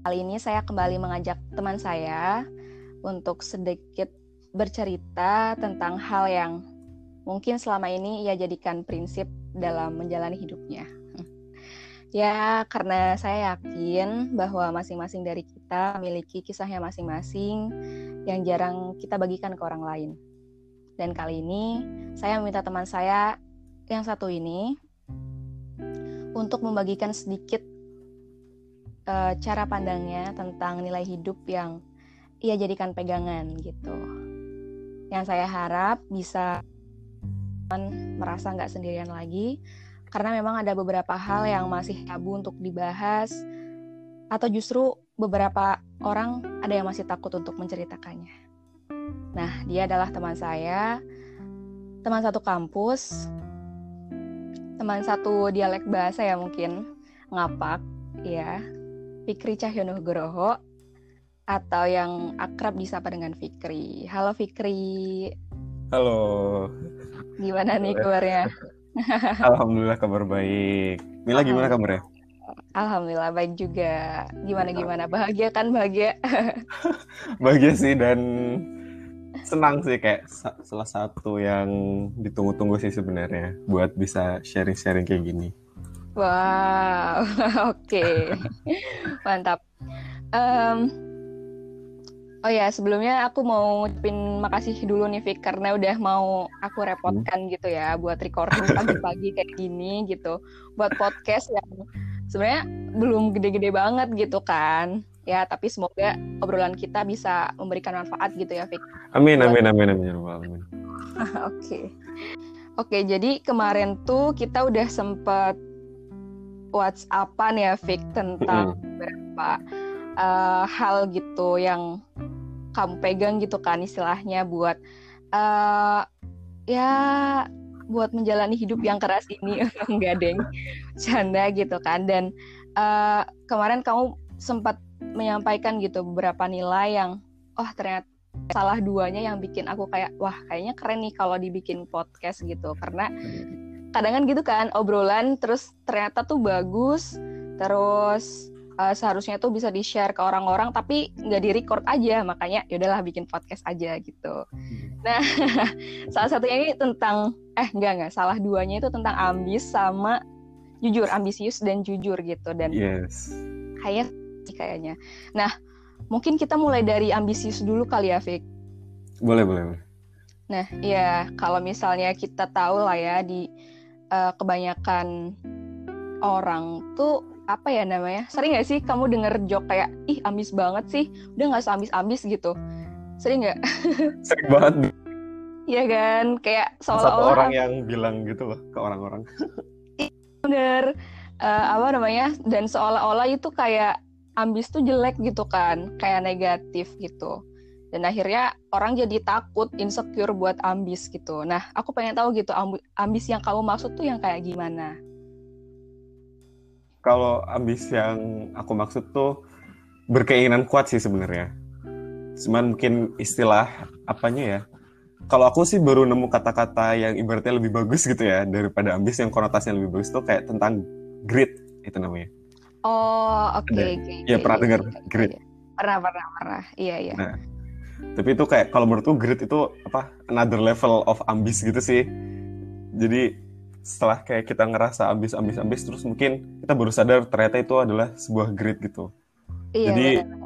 Kali ini saya kembali mengajak teman saya untuk sedikit bercerita tentang hal yang mungkin selama ini ia jadikan prinsip dalam menjalani hidupnya. Ya, karena saya yakin bahwa masing-masing dari kita memiliki kisahnya masing-masing yang jarang kita bagikan ke orang lain. Dan kali ini saya meminta teman saya yang satu ini untuk membagikan sedikit cara pandangnya tentang nilai hidup yang ia jadikan pegangan gitu. Yang saya harap bisa merasa nggak sendirian lagi, karena memang ada beberapa hal yang masih tabu untuk dibahas, atau justru beberapa orang ada yang masih takut untuk menceritakannya. Nah, dia adalah teman saya, teman satu kampus, teman satu dialek bahasa ya mungkin, ngapak, ya, Fikri Cahyonugroho, atau yang akrab disapa dengan Fikri. Halo Fikri. Halo. Gimana nih kabarnya? Alhamdulillah kabar baik. Mila gimana kabarnya? Alhamdulillah baik juga. Gimana? Bahagia kan? Bahagia? Bahagia sih dan senang sih, kayak salah satu yang ditunggu-tunggu sih sebenarnya buat bisa sharing-sharing kayak gini. Wow, oke. Mantap. Oh ya, sebelumnya aku mau ngucapin makasih dulu nih Fik, karena udah mau aku repotkan gitu ya buat recording pagi-pagi kayak gini gitu, buat podcast yang sebenarnya belum gede-gede banget gitu kan ya, tapi semoga obrolan kita bisa memberikan manfaat gitu ya Fik. Amin. Oke, jadi kemarin tuh kita udah sempet WhatsApp-an ya Fik tentang beberapa hal gitu yang kamu pegang gitu kan istilahnya buat buat menjalani hidup yang keras ini. Enggak deng, canda gitu kan. Dan kemarin kamu sempat menyampaikan gitu beberapa nilai yang ternyata salah duanya yang bikin aku kayak wah kayaknya keren nih kalau dibikin podcast gitu, karena kadang kan gitu kan obrolan terus ternyata tuh bagus, terus seharusnya tuh bisa di-share ke orang-orang tapi nggak di-record aja, makanya yaudahlah bikin podcast aja gitu. Nah, salah satunya ini tentang salah duanya itu tentang ambis sama jujur, ambisius dan jujur gitu. Dan yes, kayaknya. Nah, mungkin kita mulai dari ambisius dulu kali ya, Fik. Boleh. Nah, ya kalau misalnya kita tahu lah ya di kebanyakan orang tuh apa ya namanya, sering gak sih kamu denger joke kayak ih ambis banget sih, udah gak seambis-ambis gitu, sering gak? Sering banget. Iya kan, kayak seolah-olah satu orang yang bilang gitu loh ke orang-orang. bener, dan seolah-olah itu kayak ambis tuh jelek gitu kan, kayak negatif gitu. Dan akhirnya orang jadi takut, insecure buat ambis gitu. Nah, aku pengen tahu gitu, ambis yang kamu maksud tuh yang kayak gimana? Kalau ambis yang aku maksud tuh berkeinginan kuat sih sebenarnya. Cuman mungkin istilah apanya ya. Kalau aku sih baru nemu kata-kata yang ibaratnya lebih bagus gitu ya daripada ambis, yang konotasinya lebih bagus tuh kayak tentang grit itu namanya. Oh, oke. Ya pernah dengar grit? Pernah. Iya. Nah, tapi itu kayak kalau menurutku grit itu another level of ambis gitu sih. Jadi setelah kayak kita ngerasa ambis terus mungkin kita baru sadar ternyata itu adalah sebuah grit gitu. Iya, jadi benar.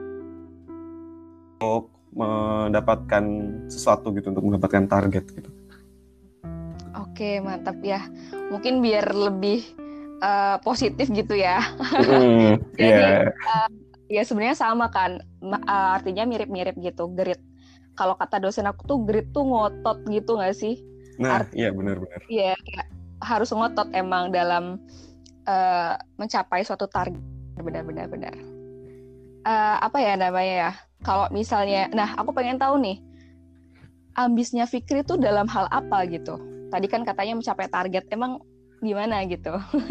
Untuk mendapatkan sesuatu gitu, untuk mendapatkan target gitu. Oke, mantap ya. Mungkin biar lebih positif gitu ya. Jadi ya sebenarnya sama kan, artinya mirip-mirip gitu, grit. Kalau kata dosen aku tuh grit tuh ngotot gitu nggak sih? Nah, iya benar-benar. Iya, harus ngotot emang dalam mencapai suatu target, benar. Apa ya namanya ya? Kalau misalnya, nah aku pengen tahu nih, ambisnya Fikri tuh dalam hal apa gitu? Tadi kan katanya mencapai target, emang gimana gitu?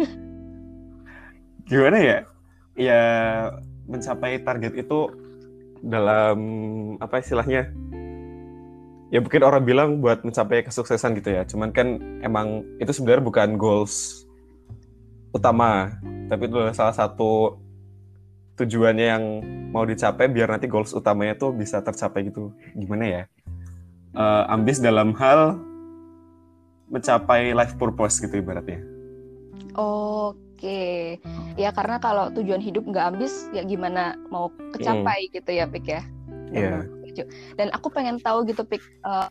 Gimana ya? Ya mencapai target itu dalam apa istilahnya? Ya mungkin orang bilang buat mencapai kesuksesan gitu ya. Cuman kan emang itu sebenarnya bukan goals utama, tapi itu adalah salah satu tujuannya yang mau dicapai biar nanti goals utamanya tuh bisa tercapai gitu. Gimana ya? Ambis dalam hal mencapai life purpose gitu ibaratnya. Oke, ya karena kalau tujuan hidup nggak ambis, ya gimana mau kecapai gitu ya, Pik ya. Iya. Dan aku pengen tahu gitu, Pik.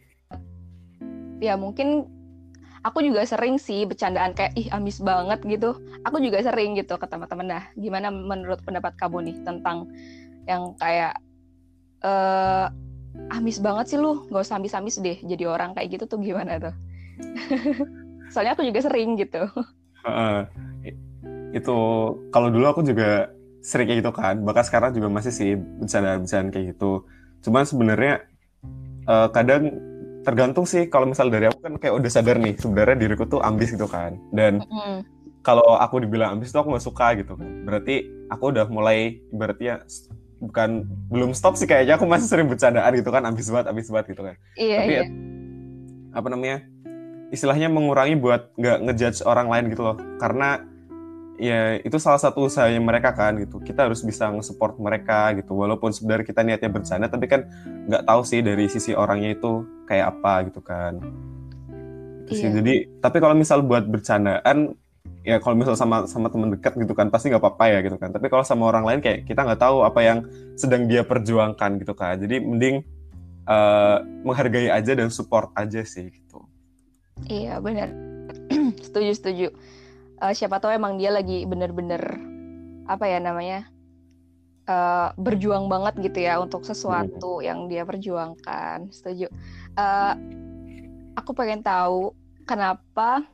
Ya mungkin aku juga sering sih bercandaan kayak ih ambis banget gitu. Aku juga sering gitu ke teman-teman. Nah, gimana menurut pendapat kamu nih tentang yang kayak ambis banget sih lu, nggak usah ambis-ambis deh jadi orang kayak gitu tuh gimana tuh? Soalnya aku juga sering gitu. Itu kalau dulu aku juga sering kayak gitu kan, bahkan sekarang juga masih sih bercanda-bercanda kayak gitu. Cuman sebenarnya kadang tergantung sih, kalau misal dari aku kan kayak udah sadar nih sebenarnya diriku tuh ambis gitu kan, dan kalau aku dibilang ambis tuh aku nggak suka gitu kan, berarti aku udah mulai ibaratnya belum stop sih kayaknya, aku masih sering bercandaan gitu kan, ambis banget gitu kan. Tapi Iya. apa namanya, istilahnya mengurangi buat nggak ngejudge orang lain gitu loh, karena ya itu salah satu usahanya mereka kan gitu. Kita harus bisa nge-support mereka gitu, walaupun sebenarnya kita niatnya bercanda, tapi kan nggak tahu sih dari sisi orangnya itu kayak apa gitu kan. Itu sih. Jadi tapi kalau misal buat bercandaan, ya kalau misal sama teman dekat gitu kan pasti nggak apa-apa ya gitu kan. Tapi kalau sama orang lain kayak kita nggak tahu apa yang sedang dia perjuangkan gitu kan. Jadi mending menghargai aja dan support aja sih gitu. Iya benar. Setuju. Siapa tahu emang dia lagi bener-bener apa ya namanya berjuang banget gitu ya untuk sesuatu yang dia perjuangkan. Setuju. Aku pengen tahu kenapa,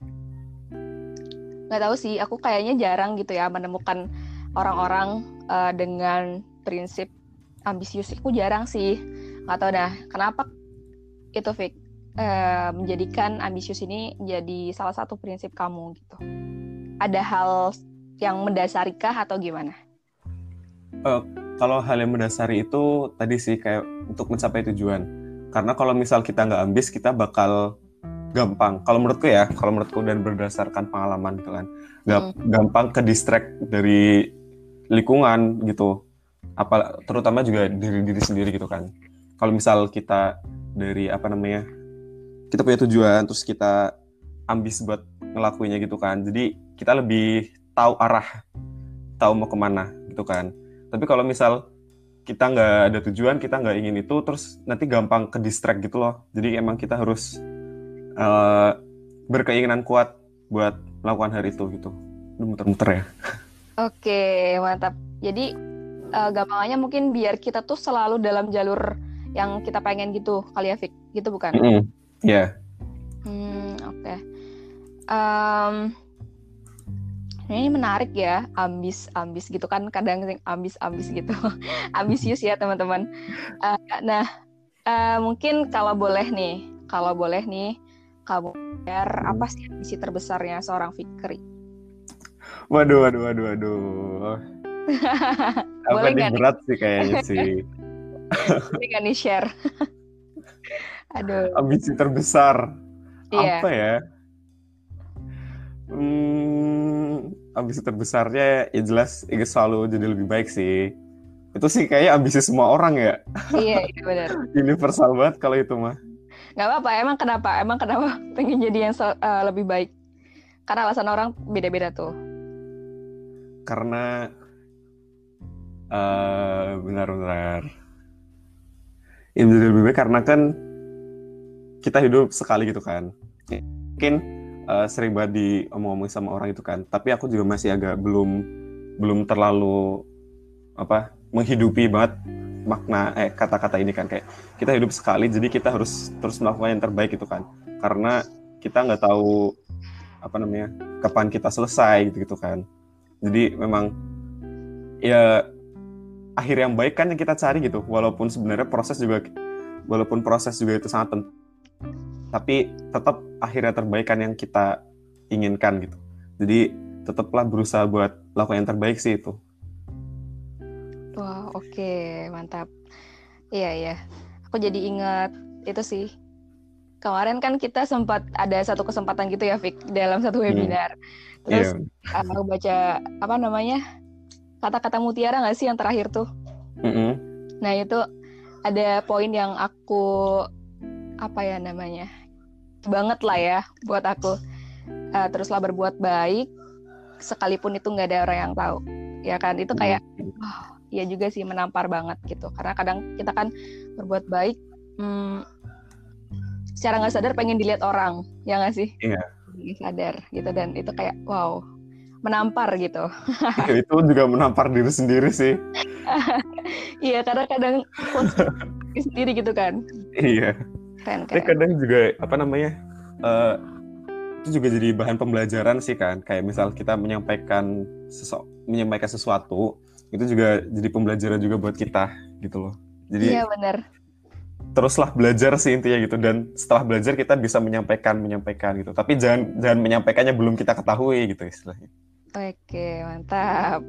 nggak tahu sih, aku kayaknya jarang gitu ya menemukan orang-orang dengan prinsip ambisius. Aku jarang sih, nggak tahu dah kenapa itu Fik menjadikan ambisius ini jadi salah satu prinsip kamu gitu. Ada hal yang mendasarikah atau gimana? Kalau hal yang mendasari itu tadi sih kayak untuk mencapai tujuan. Karena kalau misal kita nggak ambis, kita bakal gampang. Kalau menurutku dan berdasarkan pengalaman gitu kan, gampang ke distract dari lingkungan gitu. Terutama juga diri sendiri gitu kan. Kalau misal kita dari kita punya tujuan, terus kita ambis buat ngelakuinnya gitu kan. Jadi kita lebih tahu arah, tahu mau kemana gitu kan. Tapi kalau misal kita nggak ada tujuan, kita nggak ingin itu, terus nanti gampang ke distract gitu loh. Jadi emang kita harus berkeinginan kuat buat melakukan hal itu gitu. Muter-muter ya. Oke, mantap. Jadi gampangannya mungkin biar kita tuh selalu dalam jalur yang kita pengen gitu kali ya Fik, gitu bukan? Iya. Oke. Ini menarik ya, ambis gitu kan, kadang ambis gitu, ambisius ya teman-teman. Mungkin kalau boleh nih, kamu share apa sih ambisi terbesarnya seorang Fikri? Waduh. Apa nih, berat sih kayaknya sih. Boleh nggak nih share? Aduh. Ambisi terbesar. Iya. Apa ya? Ambisi terbesarnya ya jelas ingin selalu jadi lebih baik sih. Itu sih kayaknya ambisi semua orang ya. Iya benar. Universal banget kalau itu mah. Nggak apa-apa. Emang kenapa pengen jadi yang lebih baik? Karena alasan orang beda-beda tuh. Karena benar-benar ini jadi lebih baik karena kan kita hidup sekali gitu kan. Mungkin sering banget diomong-omong sama orang itu kan, tapi aku juga masih agak belum terlalu menghidupi banget makna kata-kata ini kan, kayak kita hidup sekali, jadi kita harus terus melakukan yang terbaik gitu kan, karena kita nggak tahu kapan kita selesai gitu kan. Jadi memang ya akhir yang baik kan yang kita cari gitu, walaupun sebenarnya proses juga itu sangat penting, tapi tetap akhirnya terbaik kan yang kita inginkan gitu. Jadi tetaplah berusaha buat lakukan yang terbaik sih itu. Wah, oke, mantap. Iya. Aku jadi ingat itu sih. Kemarin kan kita sempat ada satu kesempatan gitu ya, Fik, dalam satu webinar. Terus aku baca kata-kata mutiara nggak sih yang terakhir tuh? Mm-mm. Nah itu ada poin yang aku apa ya namanya banget lah ya buat aku. Teruslah berbuat baik sekalipun itu nggak ada orang yang tahu, ya kan? Itu kayak ya juga sih menampar banget gitu. Karena kadang kita kan berbuat baik secara nggak sadar pengen dilihat orang, ya nggak sih? Iya. Nggak sadar gitu, dan itu kayak wow, menampar gitu. Itu juga menampar diri sendiri sih. Iya, karena kadang sendiri gitu kan. Iya. Keren. Tapi kadang juga apa namanya itu juga jadi bahan pembelajaran sih kan. Kayak misal kita menyampaikan sesuatu itu juga jadi pembelajaran juga buat kita gitu loh. Jadi iya benar. teruslah belajar sih intinya gitu, dan setelah belajar kita bisa menyampaikan gitu. Tapi jangan menyampaikannya belum kita ketahui gitu istilahnya. Oke, mantap.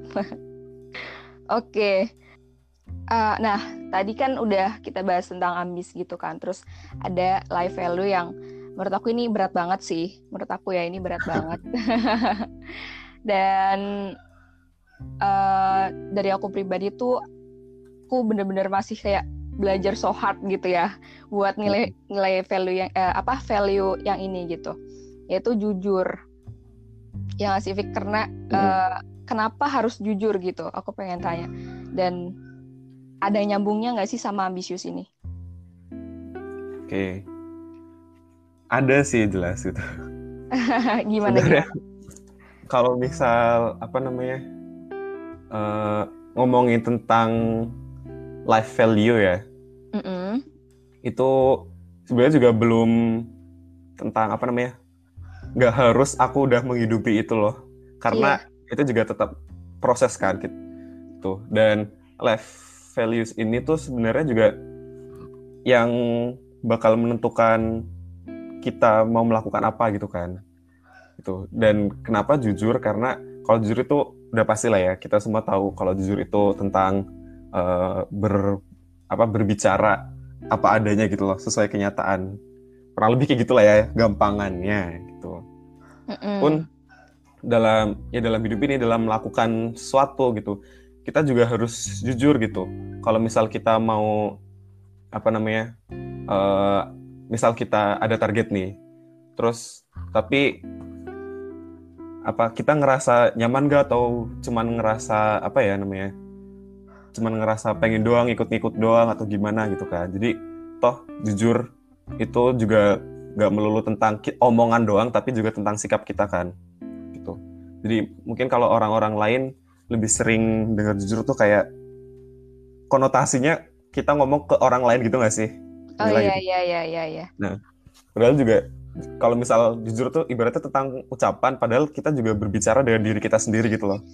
Oke. Nah, tadi kan udah kita bahas tentang ambis gitu kan. Terus ada life value yang menurut aku ini berat banget sih. Menurut aku ya ini berat banget. Dan dari aku pribadi tuh, aku bener-bener masih kayak belajar so hard gitu ya buat nilai value yang value yang ini gitu, yaitu jujur. Ya nggak sih Vic, karena kenapa harus jujur gitu? Aku pengen tanya. Dan ada nyambungnya nggak sih sama ambisius ini? Oke. Ada sih jelas gitu. Gimana? Kalau misal apa namanya ngomongin tentang life value ya, itu sebenarnya juga belum tentang apa namanya, nggak harus aku udah menghidupi itu loh, karena itu juga tetap proses kan gitu. Dan life values ini tuh sebenarnya juga yang bakal menentukan kita mau melakukan apa gitu kan. Gitu. Dan kenapa jujur? Karena kalau jujur itu udah pasti lah ya, kita semua tahu kalau jujur itu tentang berbicara apa adanya gitu loh, sesuai kenyataan. Kurang lebih kayak gitulah ya gampangannya gitu. Pun dalam hidup ini, dalam melakukan sesuatu gitu, kita juga harus jujur gitu. Kalau misal kita mau misal kita ada target nih, terus tapi kita ngerasa nyaman gak, atau cuman ngerasa cuman ngerasa pengen doang, ikut-ikut doang atau gimana gitu kan. Jadi toh jujur itu juga gak melulu tentang omongan doang, tapi juga tentang sikap kita kan gitu. Jadi mungkin kalau orang-orang lain lebih sering dengar jujur tuh kayak konotasinya kita ngomong ke orang lain gitu gak sih? Oh iya, gitu. Iya. Nah, padahal juga kalau misal jujur tuh ibaratnya tentang ucapan, padahal kita juga berbicara dengan diri kita sendiri gitu loh.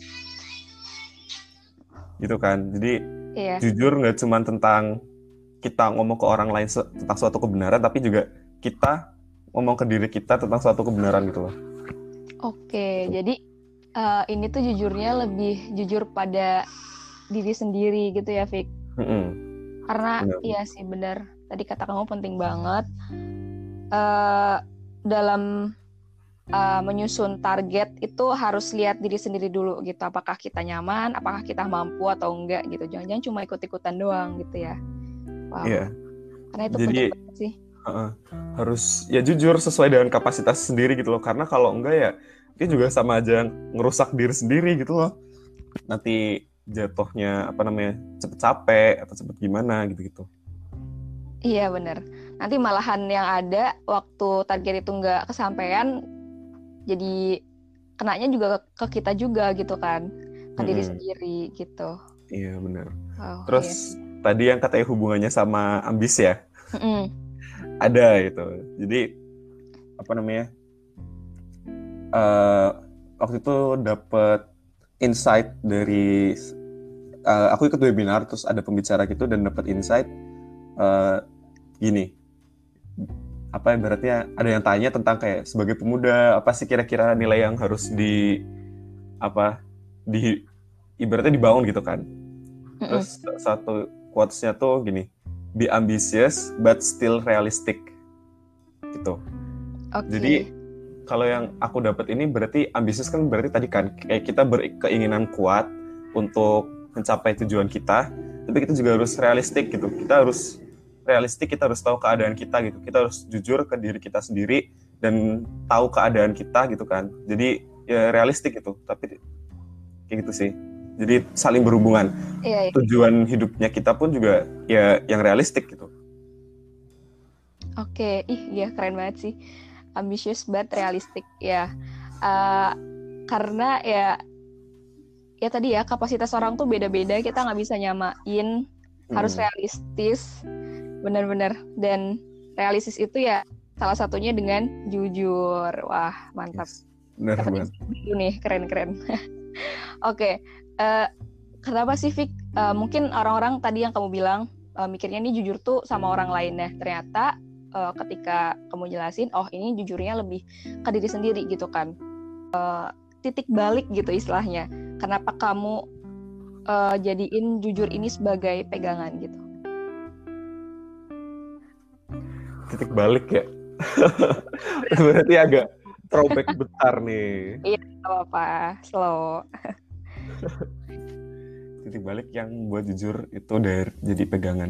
Gitu kan. Jadi jujur nggak cuma tentang kita ngomong ke orang lain tentang suatu kebenaran, tapi juga kita ngomong ke diri kita tentang suatu kebenaran gitu loh. Oke, jadi ini tuh jujurnya lebih jujur pada diri sendiri gitu ya, Vic. Karena iya sih benar. Tadi kata kamu penting banget. Dalam menyusun target itu harus lihat diri sendiri dulu gitu, apakah kita nyaman, apakah kita mampu atau enggak gitu. Jangan-jangan cuma ikut-ikutan doang gitu ya. Wow. Iya. Karena itu penting banget sih. Harus ya jujur sesuai dengan kapasitas sendiri gitu loh, karena kalau enggak ya itu juga sama aja ngerusak diri sendiri gitu loh. Nanti jatuhnya cepet capek atau cepet gimana gitu. Iya benar. Nanti malahan yang ada waktu target itu nggak kesampaian, jadi kenanya juga ke kita juga gitu kan, ke diri sendiri gitu. Iya benar. Terus tadi yang katanya hubungannya sama ambis ya, ada gitu. Jadi waktu itu dapet insight dari aku ikut webinar, terus ada pembicara gitu dan dapet insight gini. Ibaratnya ada yang tanya tentang kayak sebagai pemuda apa sih kira-kira nilai yang harus ibaratnya dibangun gitu kan. Terus satu quotes-nya tuh gini, be ambitious but still realistic gitu. Jadi kalau yang aku dapat ini berarti ambisius kan berarti tadi kan kayak kita berkeinginan kuat untuk mencapai tujuan kita, tapi kita juga harus realistik gitu. Kita harus realistik, kita harus tahu keadaan kita gitu. Kita harus jujur ke diri kita sendiri dan tahu keadaan kita gitu kan. Jadi ya realistik gitu, tapi kayak gitu sih. Jadi saling berhubungan. Iya, iya. Tujuan hidupnya kita pun juga ya yang realistik gitu. Oke, iya keren banget sih. Ambisius but realistik ya. Karena ya tadi ya kapasitas orang tuh beda-beda, kita nggak bisa nyamain, harus realistis, benar-benar. Dan realistis itu ya salah satunya dengan jujur. Wah, mantap. Yes. Benar banget. Itu nih, keren-keren. Oke, kenapa sih Fik? Mungkin orang-orang tadi yang kamu bilang mikirnya ini jujur tuh sama orang lain ya. Ternyata ketika kamu jelasin, oh ini jujurnya lebih ke diri sendiri gitu kan. Titik balik gitu istilahnya. Kenapa kamu jadiin jujur ini sebagai pegangan gitu? Titik balik ya. Berarti agak throwback bentar nih. Iya, gak apa-apa, slow. Titik balik yang buat jujur itu dari jadi pegangan.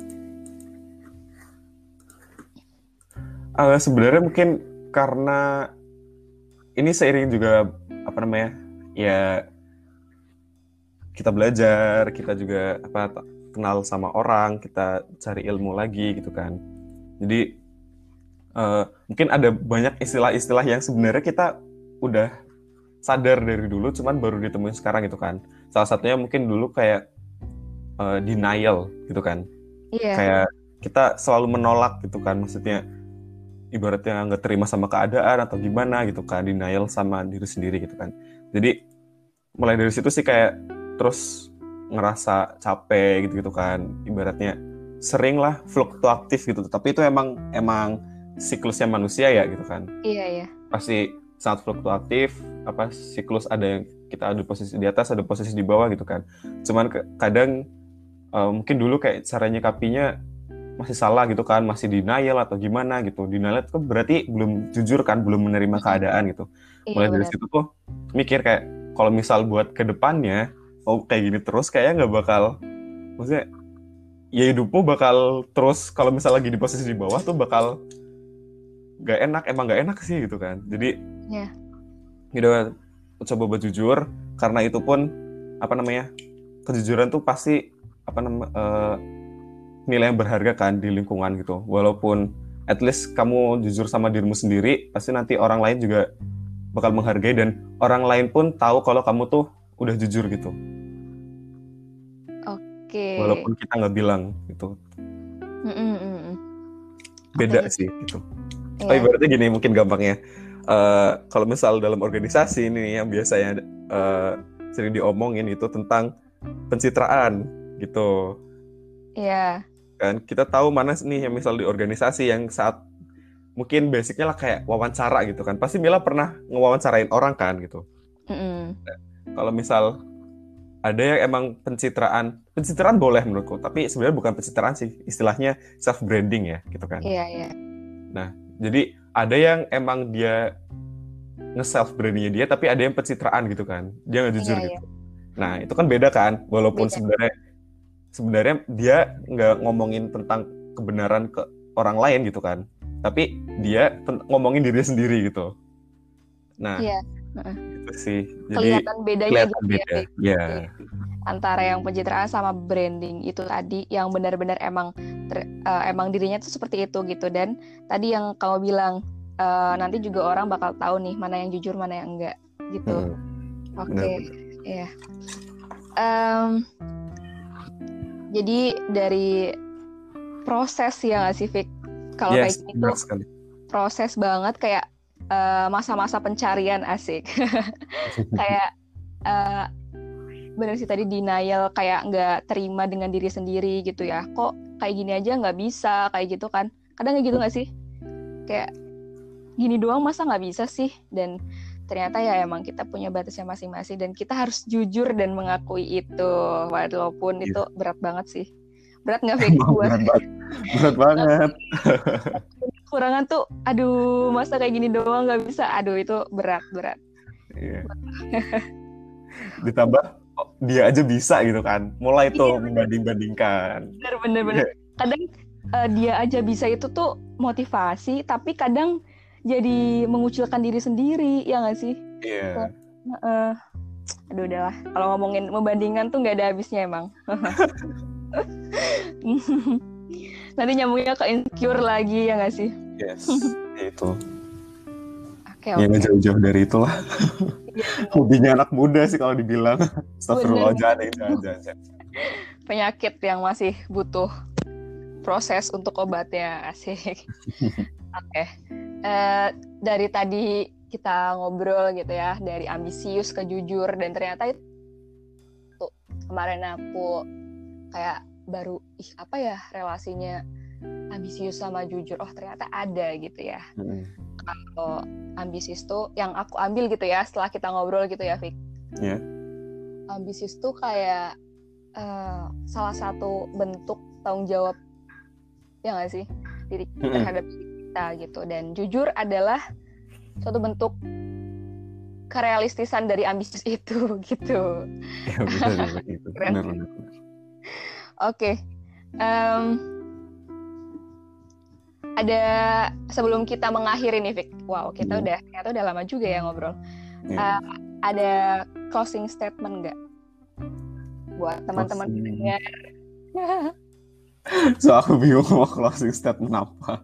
Sebenarnya mungkin karena ini seiring juga ya kita belajar, kita juga kenal sama orang, kita cari ilmu lagi gitu kan. Jadi mungkin ada banyak istilah-istilah yang sebenarnya kita udah sadar dari dulu, cuman baru ditemuin sekarang gitu kan. Salah satunya mungkin dulu kayak denial gitu kan. Iya. Kayak kita selalu menolak gitu kan, maksudnya ibaratnya nggak terima sama keadaan atau gimana gitu kan, denial sama diri sendiri gitu kan. Jadi mulai dari situ sih kayak terus ngerasa capek gitu kan, ibaratnya sering lah fluktuatif gitu, tapi itu emang siklusnya manusia ya gitu kan. Iya. Pasti sangat fluktuatif, siklus ada yang kita ada posisi di atas, ada posisi di bawah gitu kan. Cuman kadang mungkin dulu kayak cara nyikapinya masih salah gitu kan, masih denial atau gimana gitu. Denial itu berarti belum jujur kan, belum menerima keadaan gitu. Mulai dari situ tuh mikir kayak kalau misal buat ke depannya kayak gini terus kayaknya nggak bakal, maksudnya ya hidupmu bakal terus kalau misal lagi di posisi di bawah tuh bakal emang nggak enak sih gitu kan. Jadi gitu, coba buat jujur, karena itu pun kejujuran tuh pasti nilai yang berharga kan di lingkungan gitu. Walaupun at least kamu jujur sama dirimu sendiri, pasti nanti orang lain juga bakal menghargai dan orang lain pun tahu kalau kamu tuh udah jujur gitu. Oke. Walaupun kita nggak bilang gitu. Beda sih gitu. Tapi berarti gini mungkin gampangnya. Kalau misal dalam organisasi ini yang biasanya sering diomongin itu tentang pencitraan gitu. Iya. Kan kita tahu mana nih yang misal di organisasi yang saat mungkin basicnya lah kayak wawancara gitu kan, pasti Mila pernah ngewawancarain orang kan gitu. Nah, kalau misal ada yang emang pencitraan boleh menurutku, tapi sebenarnya bukan pencitraan sih, istilahnya self branding ya gitu kan. Iya. Nah jadi ada yang emang dia nge-self brandingnya dia, tapi ada yang pencitraan gitu kan, dia nggak jujur gitu. Nah itu kan beda kan, walaupun sebenarnya dia nggak ngomongin tentang kebenaran ke orang lain gitu kan, tapi dia ngomongin diri sendiri gitu. Nah itu sih, jadi kelihatan bedanya gitu beda. Ya. Antara yang pencitraan sama branding itu tadi, yang benar-benar emang dirinya tuh seperti itu gitu. Dan tadi yang kamu bilang nanti juga orang bakal tahu nih mana yang jujur mana yang enggak gitu. Oke. Ya. Jadi dari proses ya nggak sih Fik? Kalau kayak gini tuh proses banget, kayak masa-masa pencarian, asik. Kayak bener sih tadi denial, kayak nggak terima dengan diri sendiri gitu ya. Kok kayak gini aja nggak bisa, kayak gitu kan. Kadang kayak gitu nggak sih? Kayak gini doang masa nggak bisa sih? Dan ternyata ya emang kita punya batasnya masing-masing dan kita harus jujur dan mengakui itu, walaupun itu berat banget sih. Berat nggak Fik? Berat banget. Kurangan tuh, aduh masa kayak gini doang nggak bisa, aduh itu berat. Iya. Ditambah dia aja bisa gitu kan. Mulai tuh Iya, membanding-bandingkan. bener. Kadang dia aja bisa itu tuh motivasi, tapi kadang jadi mengucilkan diri sendiri, ya nggak sih? Kayak, Iya. aduh udahlah. Kalau ngomongin membandingkan tuh nggak ada habisnya emang. Nanti nyambungnya ke insecure lagi, ya nggak sih? Yes, itu. Oke. Ya nggak jauh-jauh dari itulah. Iya, Hobinya anak muda sih kalau dibilang. Astagfirullah, bener. jangan. Penyakit yang masih butuh proses untuk obatnya, asik. Oke. Dari tadi kita ngobrol gitu ya, dari ambisius ke jujur, dan ternyata itu kemarin aku kayak baru apa ya relasinya ambisius sama jujur, ternyata ada gitu ya. Kalau ambisius tuh yang aku ambil gitu ya setelah kita ngobrol gitu ya, Fik. Yeah. Ambisius tuh kayak salah satu bentuk tanggung jawab, ya nggak sih, diri terhadap diri kita gitu. Dan jujur adalah suatu bentuk kerealistisan dari ambisius itu gitu. Ya benar gitu. Benar. Oke. Ada sebelum kita mengakhiri nih, Vic. Wow, kita ternyata udah lama juga ya ngobrol. Yeah. Ada closing statement nggak buat teman-teman pendengar? So aku bingung mau closing statement apa.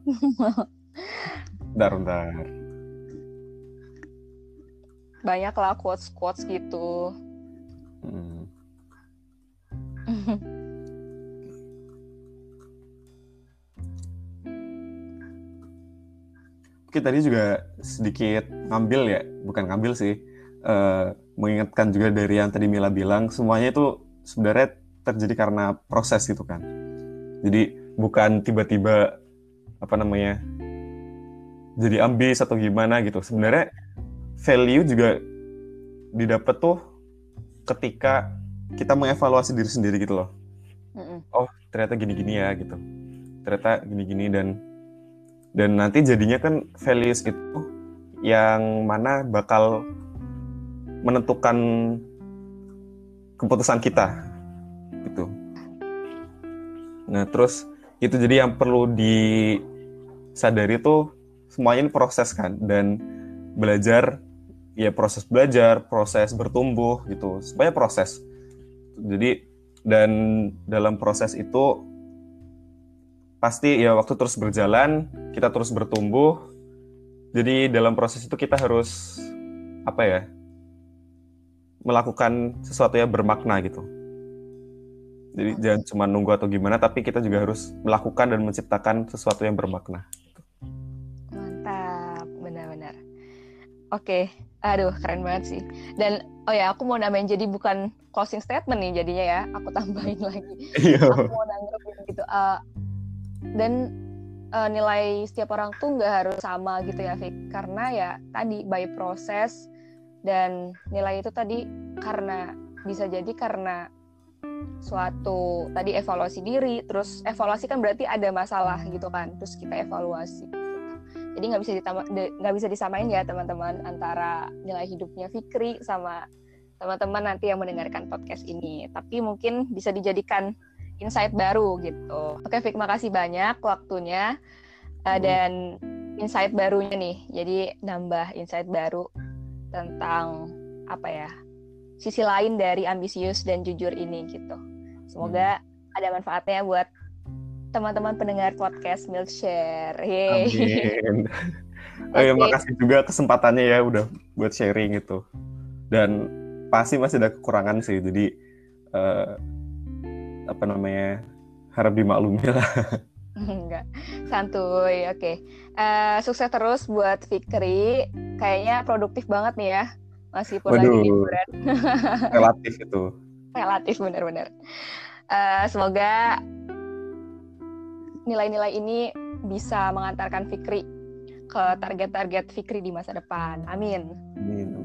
Bentar. Banyak lah quotes gitu. Oke, tadi juga sedikit bukan ngambil sih, mengingatkan juga dari yang tadi Mila bilang, semuanya itu sebenarnya terjadi karena proses gitu kan. Jadi bukan tiba-tiba jadi ambis atau gimana gitu. Sebenarnya value juga didapat tuh ketika kita mengevaluasi diri sendiri gitu loh. Oh, ternyata gini-gini ya gitu. Ternyata gini-gini dan nanti jadinya kan values itu yang mana bakal menentukan keputusan kita gitu. Nah, terus itu jadi yang perlu disadari tuh semuanya ini proses kan, dan belajar ya proses belajar, proses bertumbuh gitu, semuanya proses. Jadi dan dalam proses itu pasti ya waktu terus berjalan, kita terus bertumbuh. Jadi dalam proses itu kita harus melakukan sesuatu yang bermakna gitu. Jadi jangan cuma nunggu atau gimana, tapi kita juga harus melakukan dan menciptakan sesuatu yang bermakna. Mantap, benar-benar. Oke, aduh keren banget sih. Dan aku mau nambahin, jadi bukan closing statement nih jadinya ya, aku tambahin lagi. Aku mau nanggepin gitu. Dan nilai setiap orang tuh nggak harus sama gitu ya, Fik. Karena ya tadi by proses, dan nilai itu tadi bisa jadi karena suatu tadi evaluasi diri, terus evaluasi kan berarti ada masalah gitu kan, terus kita evaluasi. Jadi nggak bisa disamain ya teman-teman antara nilai hidupnya Fikri sama teman-teman nanti yang mendengarkan podcast ini. Tapi mungkin bisa dijadikan insight baru gitu. Oke, Fik, makasih banyak waktunya dan insight barunya nih. Jadi nambah insight baru tentang sisi lain dari ambisius dan jujur ini gitu. Semoga ada manfaatnya buat teman-teman pendengar podcast Milkshare. Amin. Makasih juga kesempatannya ya udah buat sharing gitu. Dan pasti masih ada kekurangan sih. Jadi harap dimaklumi lah. Enggak, santuy. Oke. Sukses terus buat Fikri. Kayaknya produktif banget nih ya. Meskipun lagi liburan. Relatif itu. Relatif, benar-benar. Semoga nilai-nilai ini bisa mengantarkan Fikri ke target-target Fikri di masa depan. Amin. Amin.